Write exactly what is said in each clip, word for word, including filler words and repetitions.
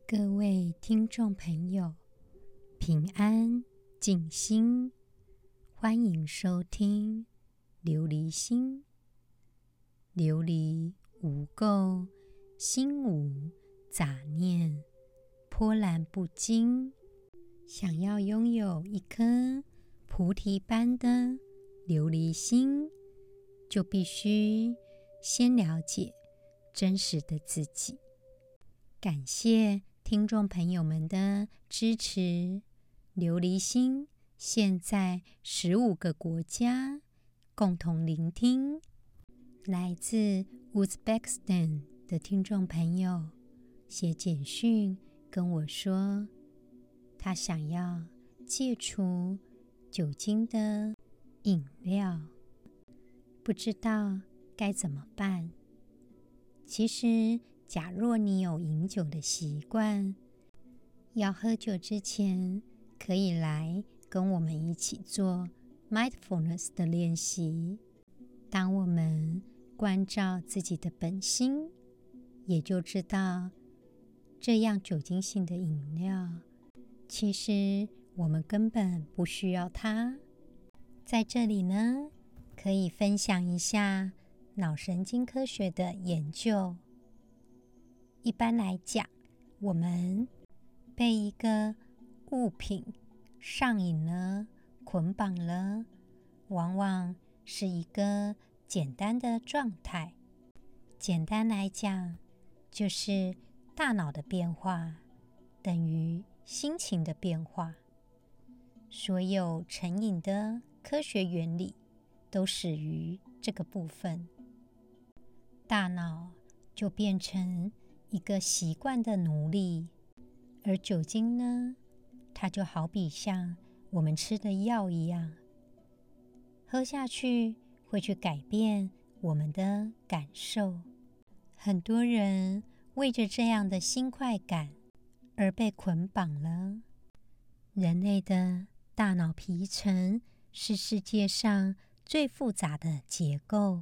各位听众朋友，平安静心，欢迎收听琉璃心。琉璃无垢，心无杂念，波澜不惊。想要拥有一颗菩提般的琉璃心，就必须先了解真实的自己。感谢听众朋友们的支持，琉璃心现在十五个国家共同聆听。来自乌兹别克斯坦的听众朋友写简讯跟我说，他想要戒除酒精的饮料，不知道该怎么办。其实假若你有饮酒的习惯，要喝酒之前，可以来跟我们一起做 mindfulness 的练习。当我们关照自己的本心，也就知道这样酒精性的饮料，其实我们根本不需要它。在这里呢，可以分享一下脑神经科学的研究。一般来讲，我们被一个物品上瘾了、捆绑了，往往是一个简单的状态。简单来讲，就是大脑的变化等于心情的变化。所有成瘾的科学原理都始于这个部分。大脑就变成一个习惯的奴隶，而酒精呢，它就好比像我们吃的药一样，喝下去会去改变我们的感受。很多人为着这样的新快感而被捆绑了。人类的大脑皮层是世界上最复杂的结构，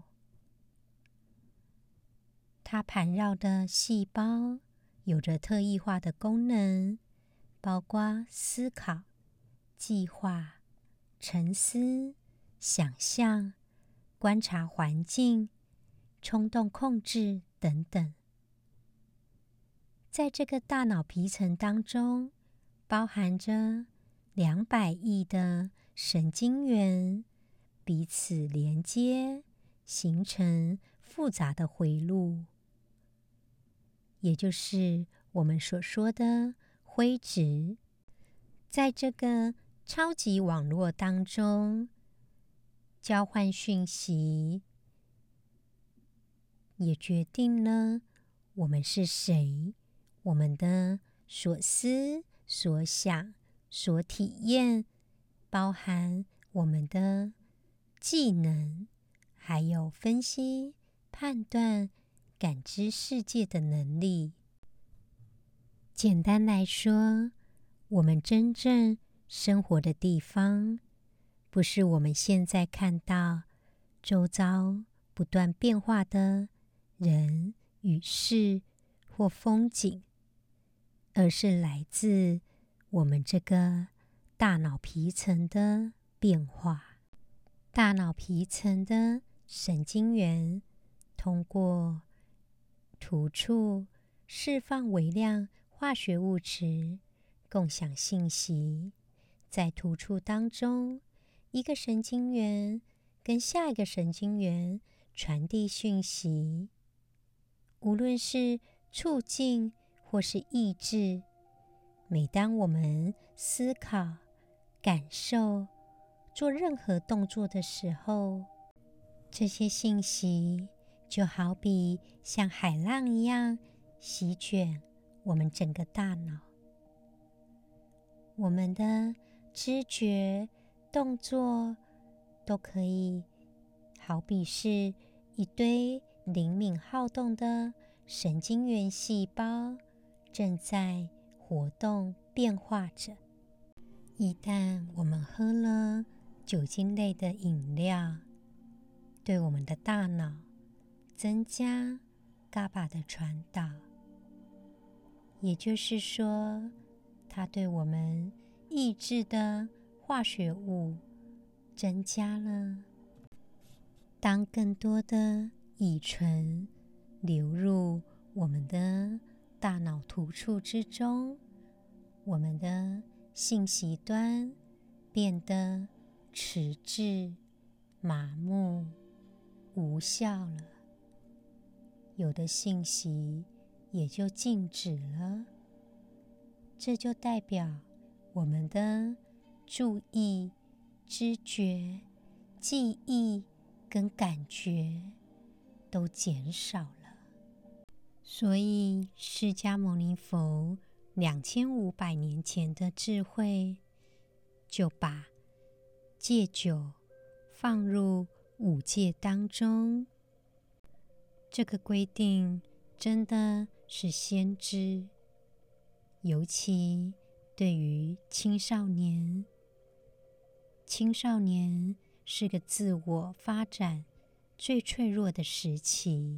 它盘绕的细胞有着特异化的功能，包括思考、计划、沉思、想象、观察环境、冲动控制等等。在这个大脑皮层当中，包含着两百亿的神经元彼此连接，形成复杂的回路，也就是我们所说的灰质。在这个超级网络当中，交换讯息，也决定了我们是谁，我们的所思、所想、所体验，包含我们的技能，还有分析、判断、感知世界的能力。简单来说，我们真正生活的地方，不是我们现在看到周遭不断变化的人与事或风景，而是来自我们这个大脑皮层的变化。大脑皮层的神经元通过突触释放微量化学物质，共享信息。在突触当中，一个神经元跟下一个神经元传递讯息。无论是促进或是抑制，每当我们思考、感受、做任何动作的时候，这些信息就好比像海浪一样席卷我们整个大脑。我们的知觉、动作都可以好比是一堆灵敏好动的神经元细胞正在活动变化着。一旦我们喝了酒精类的饮料，对我们的大脑增加 GABA 的传导， 也就是说，它对我们抑制的化学物增加了。当更多的乙醇流入我们的大脑突触之中，我们的信息端变得迟滞、麻木、无效了，有的信息也就静止了。这就代表我们的注意、知觉、记忆跟感觉都减少了。所以释迦牟尼佛两千五百年前的智慧，就把戒酒放入五戒当中。这个规定真的是先知，尤其对于青少年。青少年是个自我发展最脆弱的时期，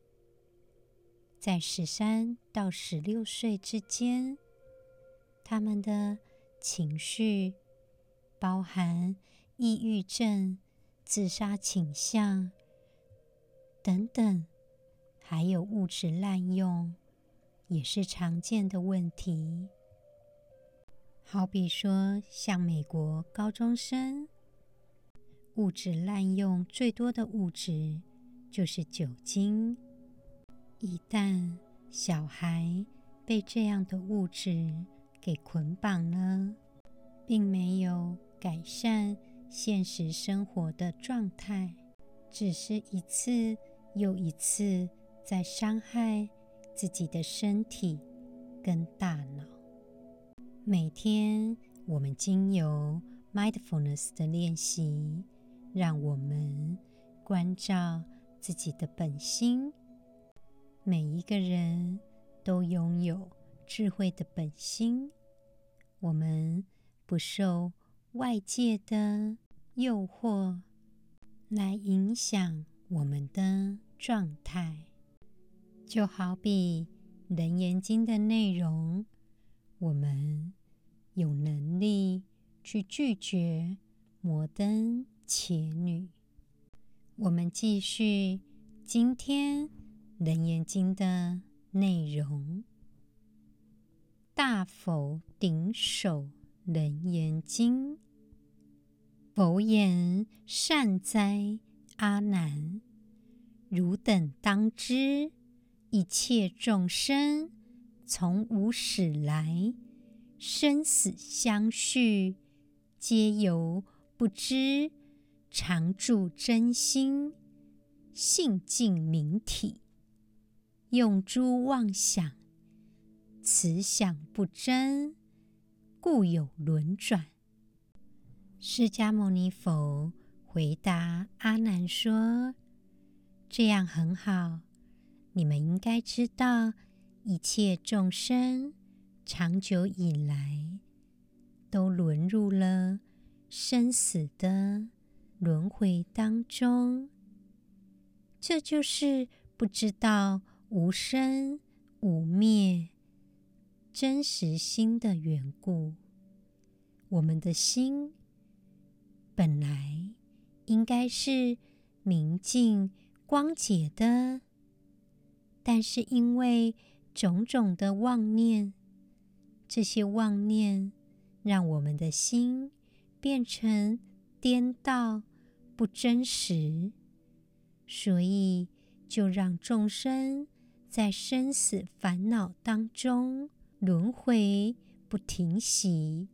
在十三到十六岁之间，他们的情绪包含抑郁症、自杀倾向等等，还有物质滥用，也是常见的问题。好比说，像美国高中生，物质滥用最多的物质就是酒精。一旦小孩被这样的物质给捆绑了，并没有改善现实生活的状态，只是一次又一次在伤害自己的身体跟大脑。每天我们经由 mindfulness 的练习，让我们关照自己的本心。每一个人都拥有智慧的本心，我们不受外界的诱惑来影响我们的状态。就好比《楞严经》的内容，我们有能力去拒绝摩登伽女。我们继续今天《楞严经》的内容。大佛顶首楞严经，佛言：善哉，阿难！汝等当知，一切众生从无始来，生死相续，皆由不知常住真心，性净明体，用诸妄想，此想不真，故有轮转。释迦牟尼佛回答阿难说：这样很好，你们应该知道，一切众生长久以来都沦入了生死的轮回当中，这就是不知道无生无灭真实心的缘故。我们的心本来应该是明净光洁的，但是因为种种的妄念，这些妄念让我们的心变成颠倒不真实，所以就让众生在生死烦恼当中轮回不停息。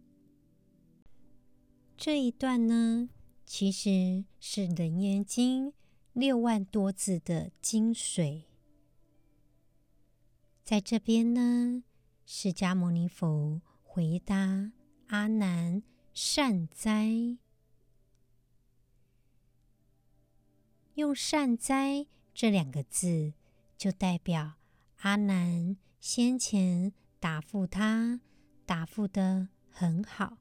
这一段呢，其实是《楞严经》六万多字的精髓。在这边呢，释迦牟尼佛回答阿难：善哉！用善哉这两个字，就代表阿难先前答复他，答复得很好。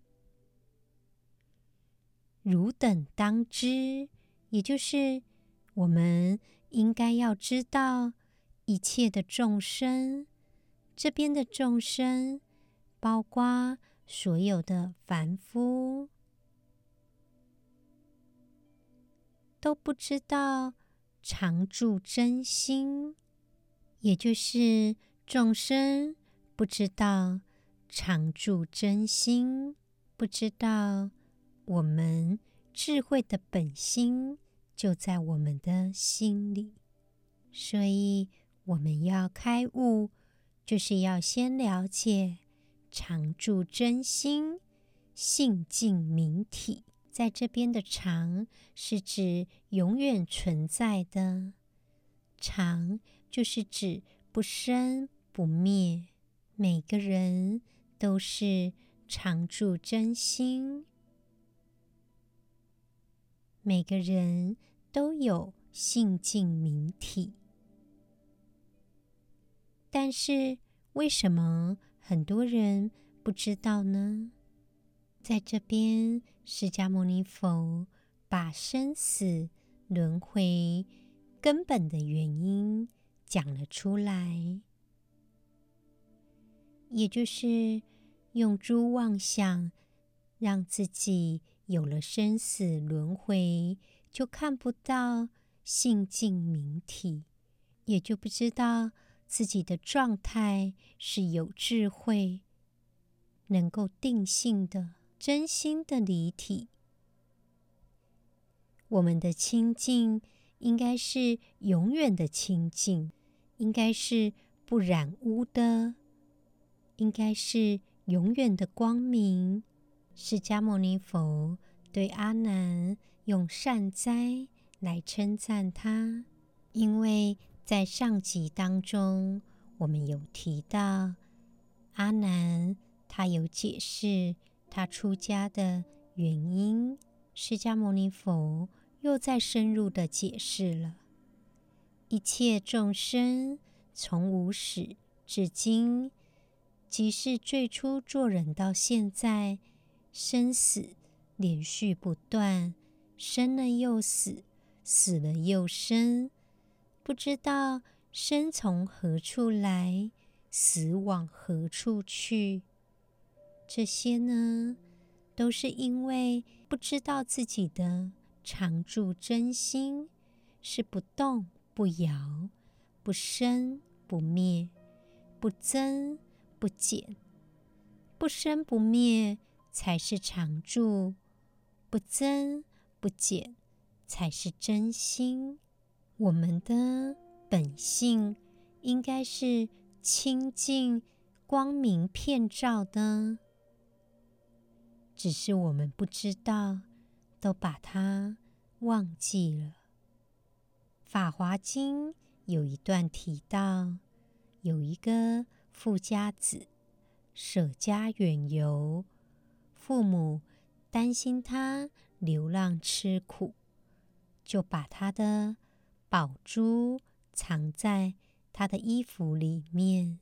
汝等当知，也就是我们应该要知道，一切的众生这边的众生，包括所有的凡夫，都不知道常住真心，也就是众生不知道常住真心，不知道我们智慧的本心就在我们的心里。所以我们要开悟，就是要先了解常住真心，性净明体。在这边的常是指永远存在的，常就是指不生不灭，每个人都是常住真心，每个人都有性净明体。但是为什么很多人不知道呢？在这边，释迦牟尼佛把生死轮回根本的原因讲了出来，也就是用诸妄想让自己有了生死轮回，就看不到性净明体，也就不知道自己的状态是有智慧，能够定性的真心的离体。我们的清净应该是永远的清净，应该是不染污的，应该是永远的光明。释迦牟尼佛对阿难用善哉来称赞他，因为在上集当中我们有提到阿难他有解释他出家的原因，释迦牟尼佛又再深入的解释了一切众生从无始至今，即是最初做人到现在，生死连续不断，生了又死，死了又生，不知道生从何处来，死往何处去。这些呢，都是因为不知道自己的常住真心是不动不摇，不生不灭，不增不减，不生不灭才是常住，不增不减才是真心。我们的本性应该是清净光明遍照的，只是我们不知道，都把它忘记了。法华经有一段提到，有一个富家子舍家远游，父母担心他流浪吃苦，就把他的宝珠藏在他的衣服里面。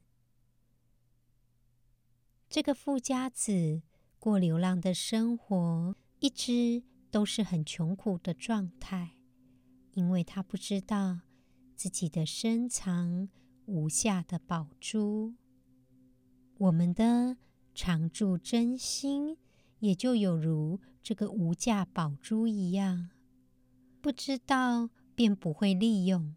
这个富家子过流浪的生活，一直都是很穷苦的状态，因为他不知道自己的深藏无价的宝珠。我们的常住真心，也就有如这个无价宝珠一样，不知道便不会利用，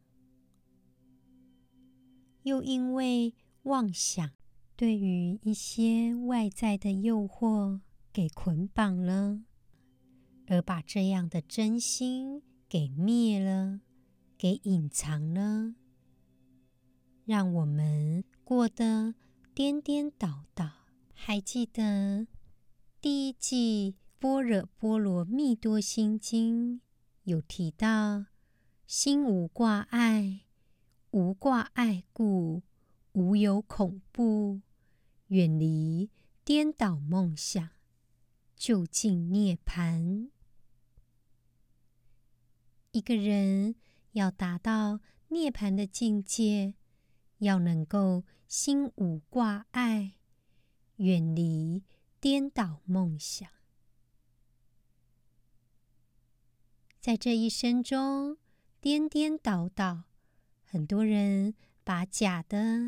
又因为妄想对于一些外在的诱惑给捆绑了，而把这样的真心给灭了，给隐藏了，让我们过得颠颠倒倒。还记得第一季《般若波罗蜜多心经》有提到，心无挂碍，无挂碍故，无有恐怖，远离颠倒梦想，究竟涅槃。一个人要达到涅槃的境界，要能够心无挂碍，远离颠倒梦想。在这一生中颠颠倒倒，很多人把假的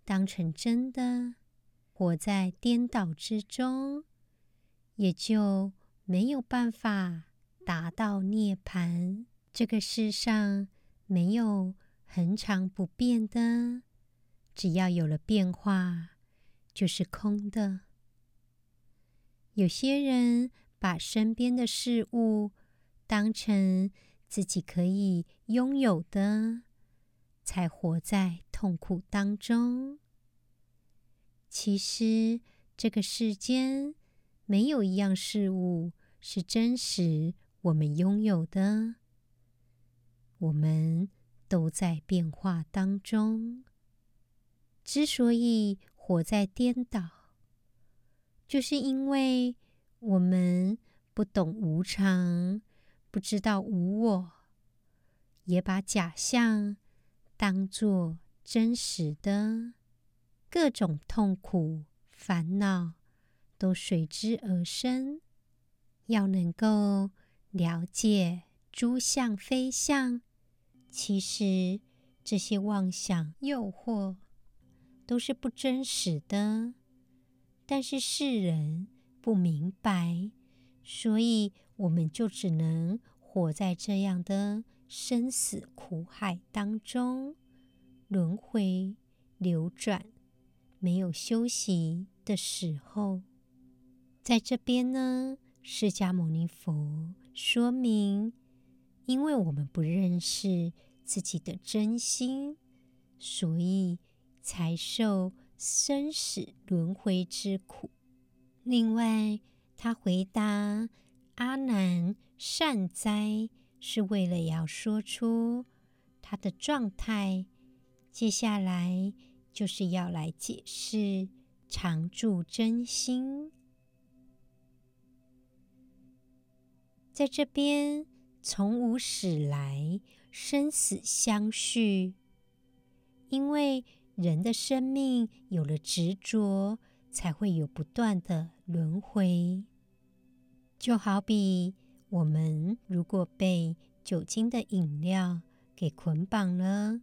当成真的，活在颠倒之中，也就没有办法达到涅槃。这个世上没有恒常不变的，只要有了变化，就是空的。有些人把身边的事物当成自己可以拥有的，才活在痛苦当中。其实这个世间没有一样事物是真实我们拥有的，我们都在变化当中。之所以活在颠倒，就是因为我们不懂无常，不知道无我，也把假象当作真实的，各种痛苦、烦恼都随之而生。要能够了解诸相非相，其实这些妄想、诱惑都是不真实的，但是世人不明白，所以我们就只能活在这样的生死苦海当中，轮回流转，没有休息的时候。在这边呢，释迦牟尼佛说明，因为我们不认识自己的真心，所以才受生死轮回之苦。另外，他回答阿难善哉，是为了要说出他的状态。接下来就是要来解释常住真心。在这边，从无始来，生死相续。因为人的生命有了执着，才会有不断的轮回。就好比我们如果被酒精的饮料给捆绑了，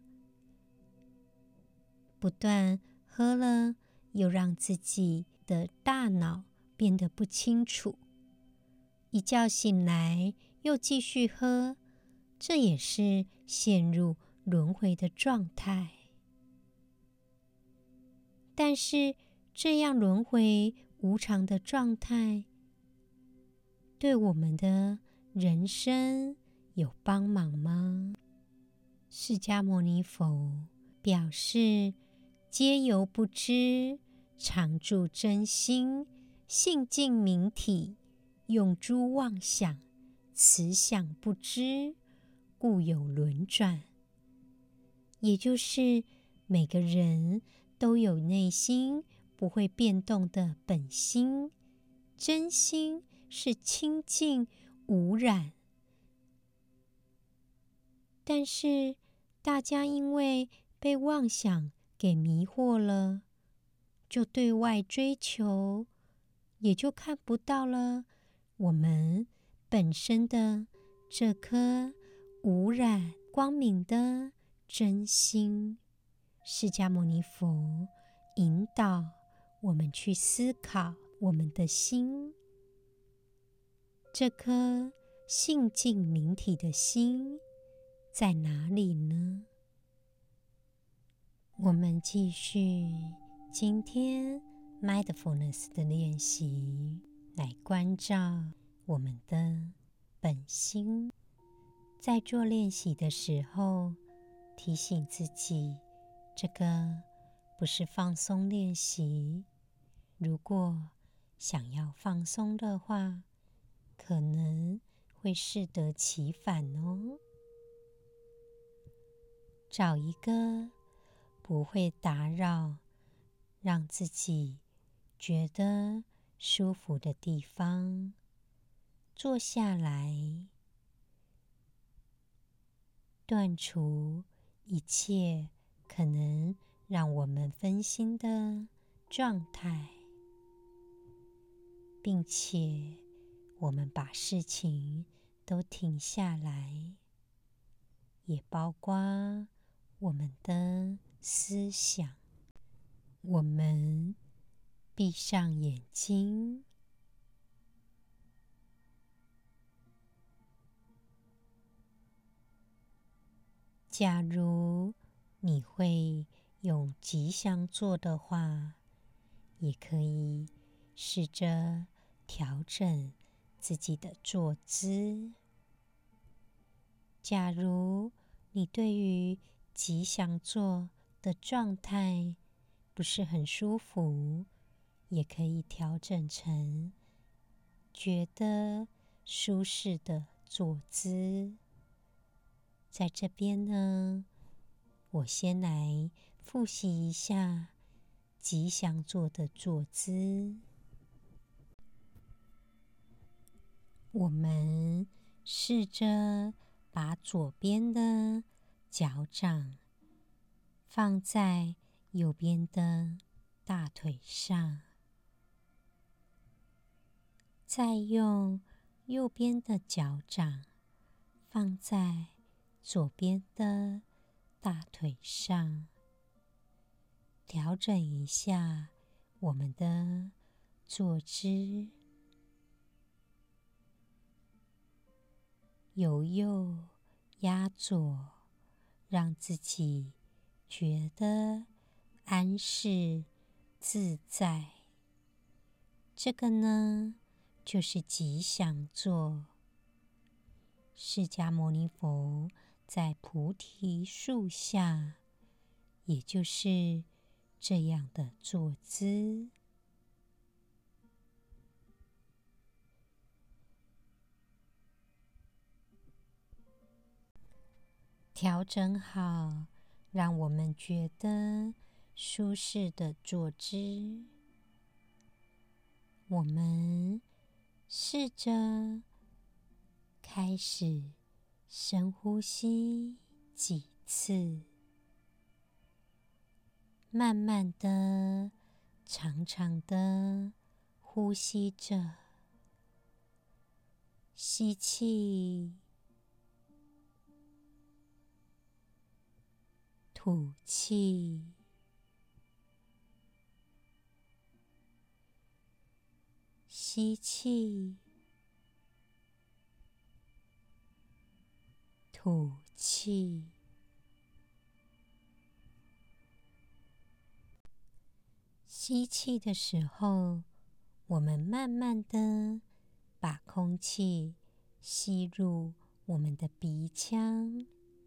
不断喝了，又让自己的大脑变得不清楚，一觉醒来又继续喝，这也是陷入轮回的状态。但是这样轮回无常的状态，对我们的人生有帮忙吗？释迦牟尼佛表示，皆由不知，常住真心，性净明体，用诸妄想，此想不知，故有轮转。也就是每个人都有内心不会变动的本心，真心是清净无染。但是大家因为被妄想给迷惑了，就对外追求，也就看不到了我们本身的这颗无染光明的真心。释迦牟尼佛引导我们去思考我们的心，这颗性净明体的心在哪里呢？我们继续今天 mindfulness 的练习，来关照我们的本心。在做练习的时候，提醒自己，这个不是放松练习。如果想要放松的话，可能会适得其反哦。找一个不会打扰，让自己觉得舒服的地方，坐下来，断除一切可能让我们分心的状态，并且我们把事情都停下来，也包括我们的思想。 我们闭上眼睛，假如你会用吉祥坐的话，也可以试着调整自己的坐姿。假如你对于吉祥坐的状态不是很舒服，也可以调整成觉得舒适的坐姿。在这边呢，我先来复习一下吉祥坐的坐姿。我们试着把左边的脚掌放在右边的大腿上，再用右边的脚掌放在左边的大腿上，调整一下我们的坐姿。由右压左，让自己觉得安适自在。这个呢，就是吉祥坐。释迦牟尼佛在菩提树下，也就是这样的坐姿。调整好，让我们觉得舒适的坐姿。我们试着开始深呼吸几次，慢慢的、长长的呼吸着，吸气，吐气，吸气，吐气。吸气的时候，我们慢慢的把空气吸入我们的鼻腔。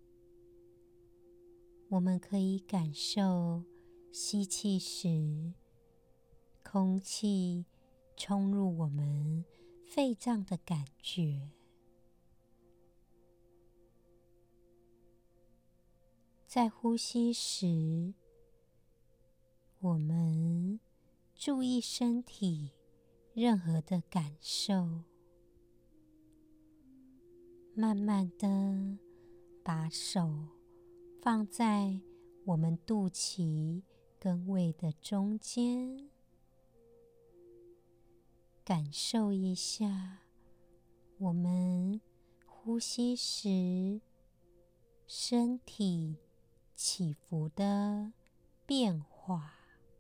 我们可以感受吸气时，空气冲入我们肺脏的感觉。在呼吸时，我们注意身体任何的感受，慢慢的把手放在我们肚脐跟胃的中间，感受一下我们呼吸时身体起伏的变化。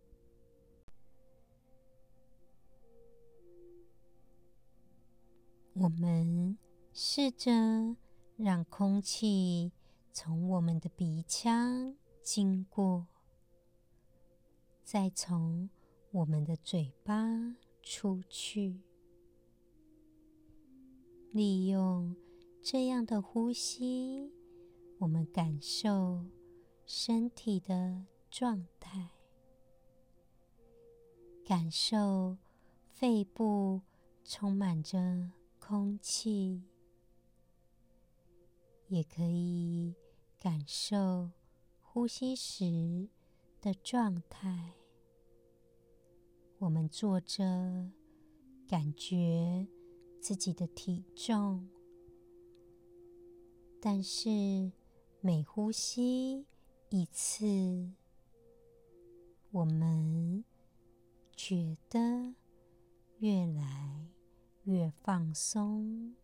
我们试着让空气从我们的鼻腔经过，再从我们的嘴巴出去。利用这样的呼吸，我们感受身体的状态，感受肺部充满着空气，也可以感受呼吸时的状态。我们坐着，感觉自己的体重，但是每呼吸一次，我们觉得越来越放松。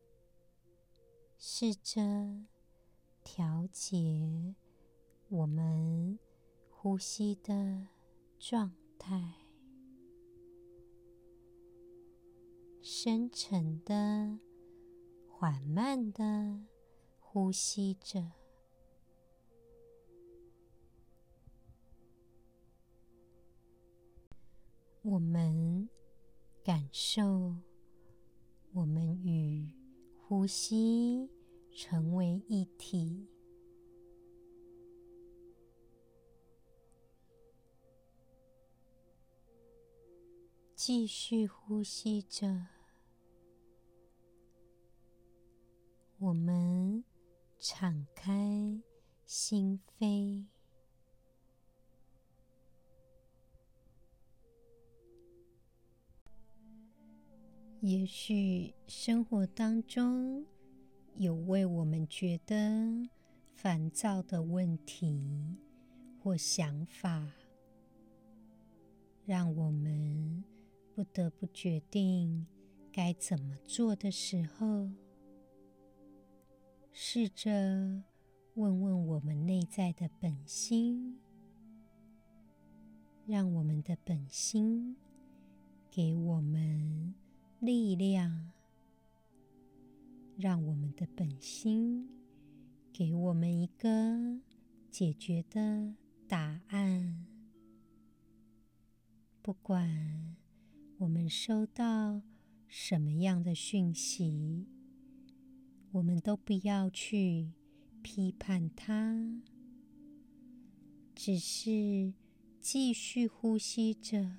试着调节我们呼吸的状态，深沉的、缓慢的呼吸着。我们感受我们与呼吸成为一体，继续呼吸着。我们敞开心扉，也许生活当中有为我们觉得烦躁的问题或想法，让我们不得不决定该怎么做的时候，试着问问我们内在的本心，让我们的本心给我们力量，让我们的本心给我们一个解决的答案。不管我们收到什么样的讯息，我们都不要去批判它，只是继续呼吸着，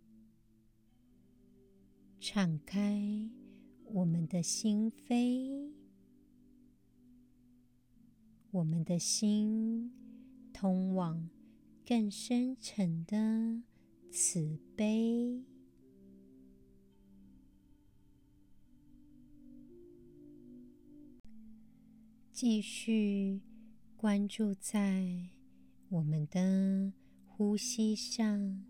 敞开我们的心扉，我们的心通往更深沉的慈悲。继续关注在我们的呼吸上，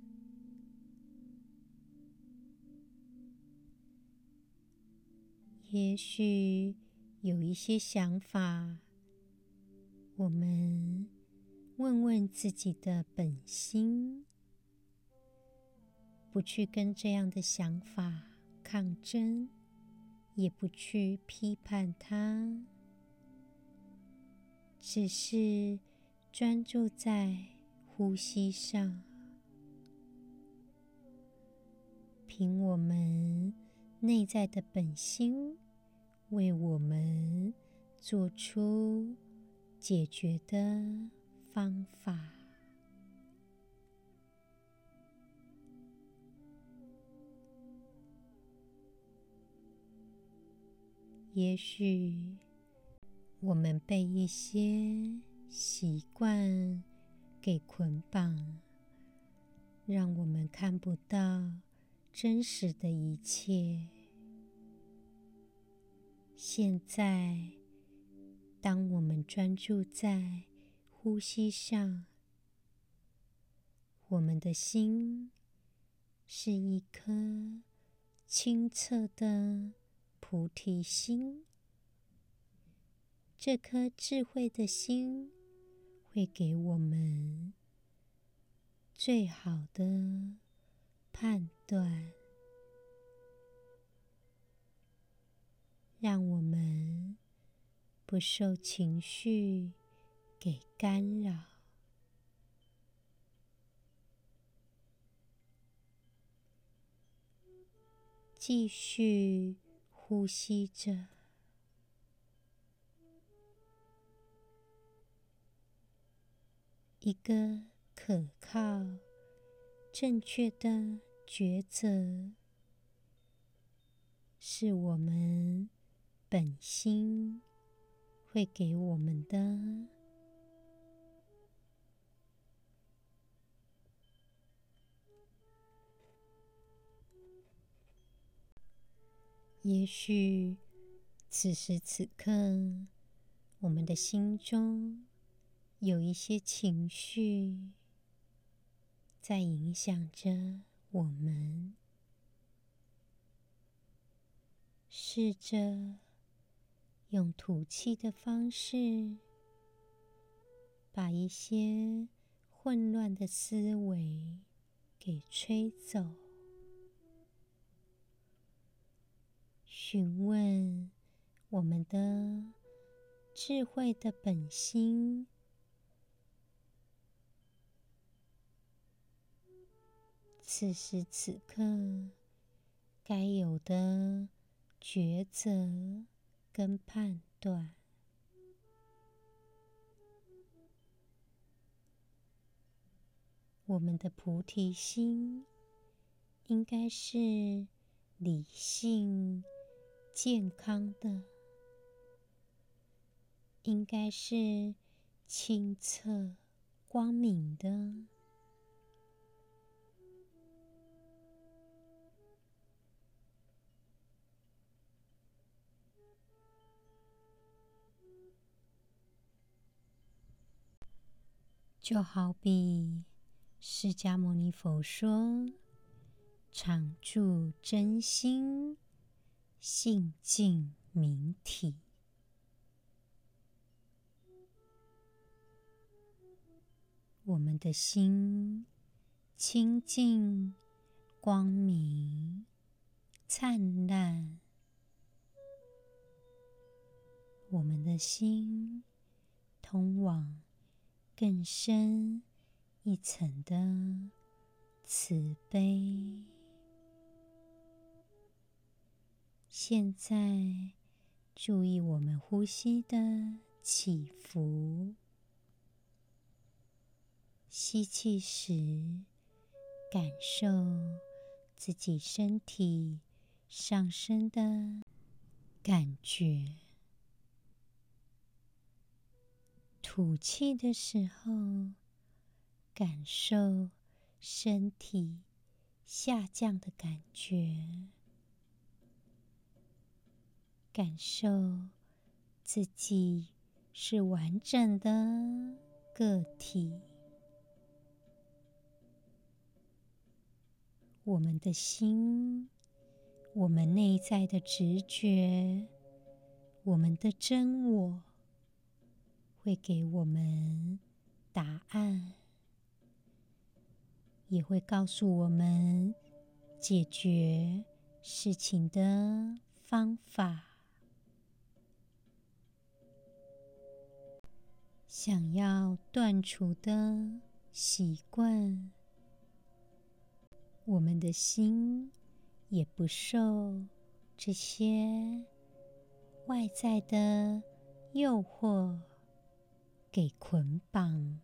也许有一些想法，我们问问自己的本心，不去跟这样的想法抗争，也不去批判它，只是专注在呼吸上，凭我们内在的本心为我们做出解决的方法。也许我们被一些习惯给捆绑，让我们看不到真实的一切。现在，当我们专注在呼吸上，我们的心是一颗清澈的菩提心。这颗智慧的心会给我们最好的判断，让我们不受情绪给干扰。继续呼吸着，一个可靠、正确的抉择，是我们本心会给我们的。也许此时此刻，我们的心中有一些情绪在影响着我们，试着用吐气的方式，把一些混乱的思维给吹走。询问我们的智慧的本心，此时此刻该有的抉择跟判断。我们的菩提心应该是理性、健康的，应该是清澈、光明的。就好比释迦牟尼佛说：常住真心，性净明体。我们的心清净、光明、灿烂，我们的心通往更深一层的慈悲。现在注意我们呼吸的起伏，吸气时感受自己身体上升的感觉，吐气的时候感受身体下降的感觉，感受自己是完整的个体。我们的心，我们内在的直觉，我们的真我，会给我们答案，也会告诉我们解决事情的方法。想要断除的习惯，我们的心也不受这些外在的诱惑给捆绑。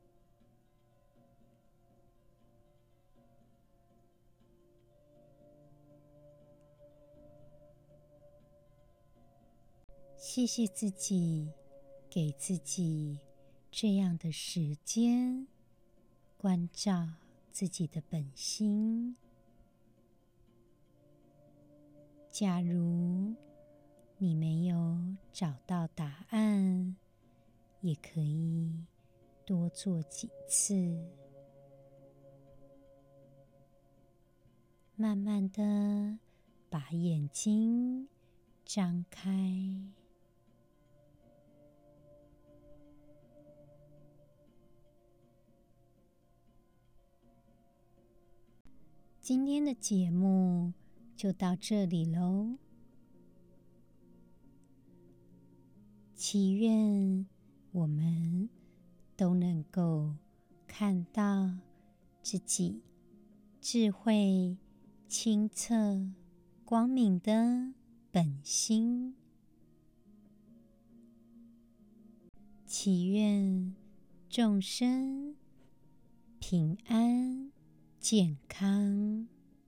谢谢自己，给自己这样的时间，关照自己的本心。假如你没有找到答案，也可以多做几次，慢慢的把眼睛张开。今天的节目就到这里喽。祈愿我们都能够看到自己智慧、清澈、光明的本心。祈愿众生平安健康。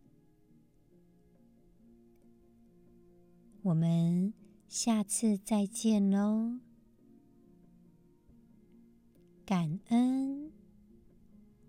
我们下次再见喽，感恩。